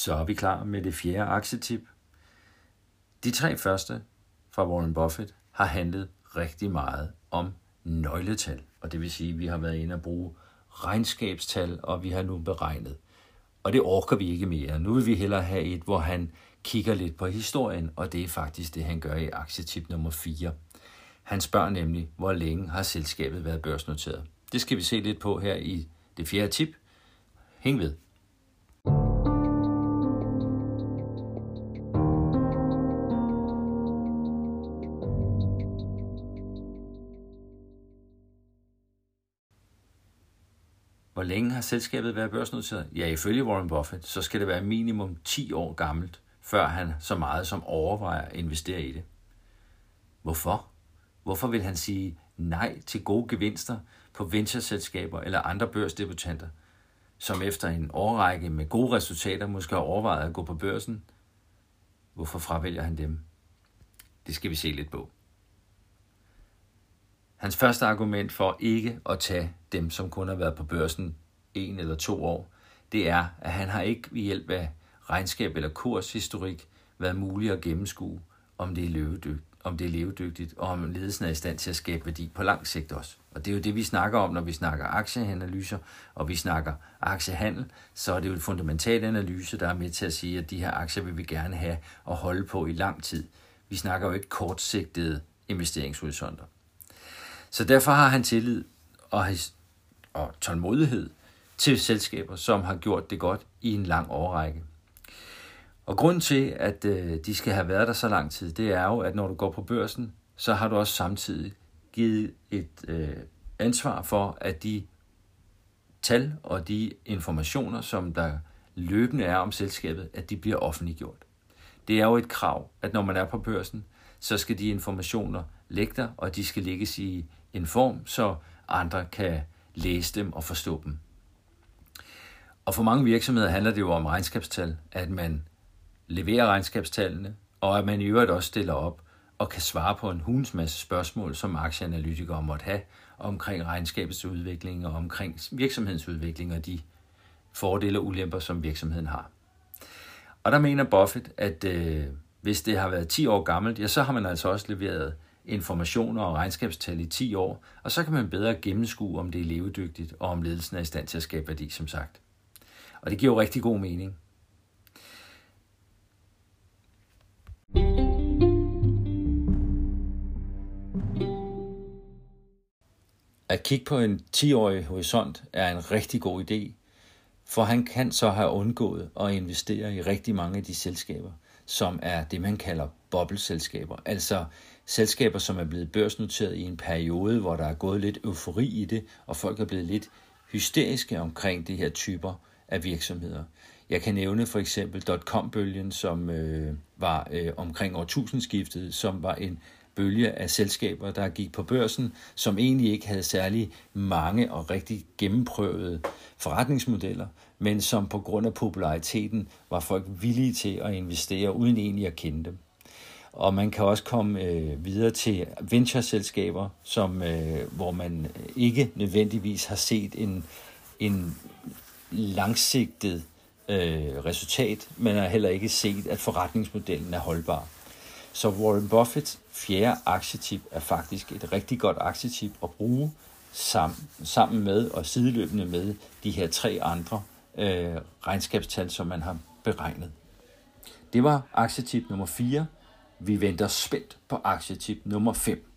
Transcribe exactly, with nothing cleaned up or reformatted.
Så er vi klar med det fjerde aktietip. De tre første fra Warren Buffett har handlet rigtig meget om nøgletal. Og det vil sige, at vi har været inde og bruge regnskabstal, og vi har nu beregnet. Og det orker vi ikke mere. Nu vil vi hellere have et, hvor han kigger lidt på historien, og det er faktisk det, han gør i aktietip nummer fire. Han spørger nemlig, hvor længe har selskabet været børsnoteret. Det skal vi se lidt på her i det fjerde tip. Hæng ved. Hvor længe har selskabet været børsnoteret? Ja, ifølge Warren Buffett, så skal det være minimum ti år gammelt, før han så meget som overvejer at investere i det. Hvorfor? Hvorfor vil han sige nej til gode gevinster på ventureselskaber eller andre børsdebutanter, som efter en årrække med gode resultater måske har overvejet at gå på børsen? Hvorfor fravælger han dem? Det skal vi se lidt på. Hans første argument for ikke at tage dem, som kun har været på børsen en eller to år, det er, at han har ikke ved hjælp af regnskab eller kurshistorik været muligt at gennemskue, om det er levedygtigt, om det er levedygtigt, og om ledelsen er i stand til at skabe værdi på lang sigt også. Og det er jo det, vi snakker om, når vi snakker aktieanalyser, og vi snakker aktiehandel, så er det jo en fundamental analyse, der er med til at sige, at de her aktier vil vi gerne have og holde på i lang tid. Vi snakker jo ikke kortsigtede investeringshorisonter. Så derfor har han tillid og, og tålmodighed til selskaber, som har gjort det godt i en lang årrække. Og grunden til, at øh, de skal have været der så lang tid, det er jo, at når du går på børsen, så har du også samtidig givet et øh, ansvar for, at de tal og de informationer, som der løbende er om selskabet, at de bliver offentliggjort. Det er jo et krav, at når man er på børsen, så skal de informationer ligge der, og de skal lægges i en form, så andre kan læse dem og forstå dem. Og for mange virksomheder handler det jo om regnskabstal, at man leverer regnskabstallene, og at man i øvrigt også stiller op og kan svare på en hulens masse spørgsmål, som aktieanalytikere måtte have omkring regnskabets udvikling og omkring virksomhedens udvikling og de fordele og ulemper, som virksomheden har. Og der mener Buffett, at øh, hvis det har været ti år gammelt, ja, så har man altså også leveret informationer og regnskabstal i ti år, og så kan man bedre gennemskue, om det er levedygtigt, og om ledelsen er i stand til at skabe værdi, som sagt. Og det giver jo rigtig god mening. At kigge på en ti-årig horisont er en rigtig god idé, for han kan så have undgået at investere i rigtig mange af de selskaber, som er det, man kalder bobleselskaber. Altså selskaber, som er blevet børsnoteret i en periode, hvor der er gået lidt eufori i det, og folk er blevet lidt hysteriske omkring de her typer af virksomheder. Jeg kan nævne for eksempel dot-com-bølgen, som øh, var øh, omkring årtusindskiftet, som var en bølge af selskaber, der gik på børsen, som egentlig ikke havde særlig mange og rigtig gennemprøvede forretningsmodeller, men som på grund af populariteten var folk villige til at investere uden egentlig at kende dem. Og man kan også komme øh, videre til venture-selskaber, som, øh, hvor man ikke nødvendigvis har set en, en langsigtet øh, resultat, men har heller ikke set, at forretningsmodellen er holdbar. Så Warren Buffetts fjerde aktietip er faktisk et rigtig godt aktietip at bruge sammen, sammen med og sideløbende med de her tre andre øh, regnskabstal, som man har beregnet. Det var aktietip nummer fire. Vi venter spændt på aktietip nummer fem.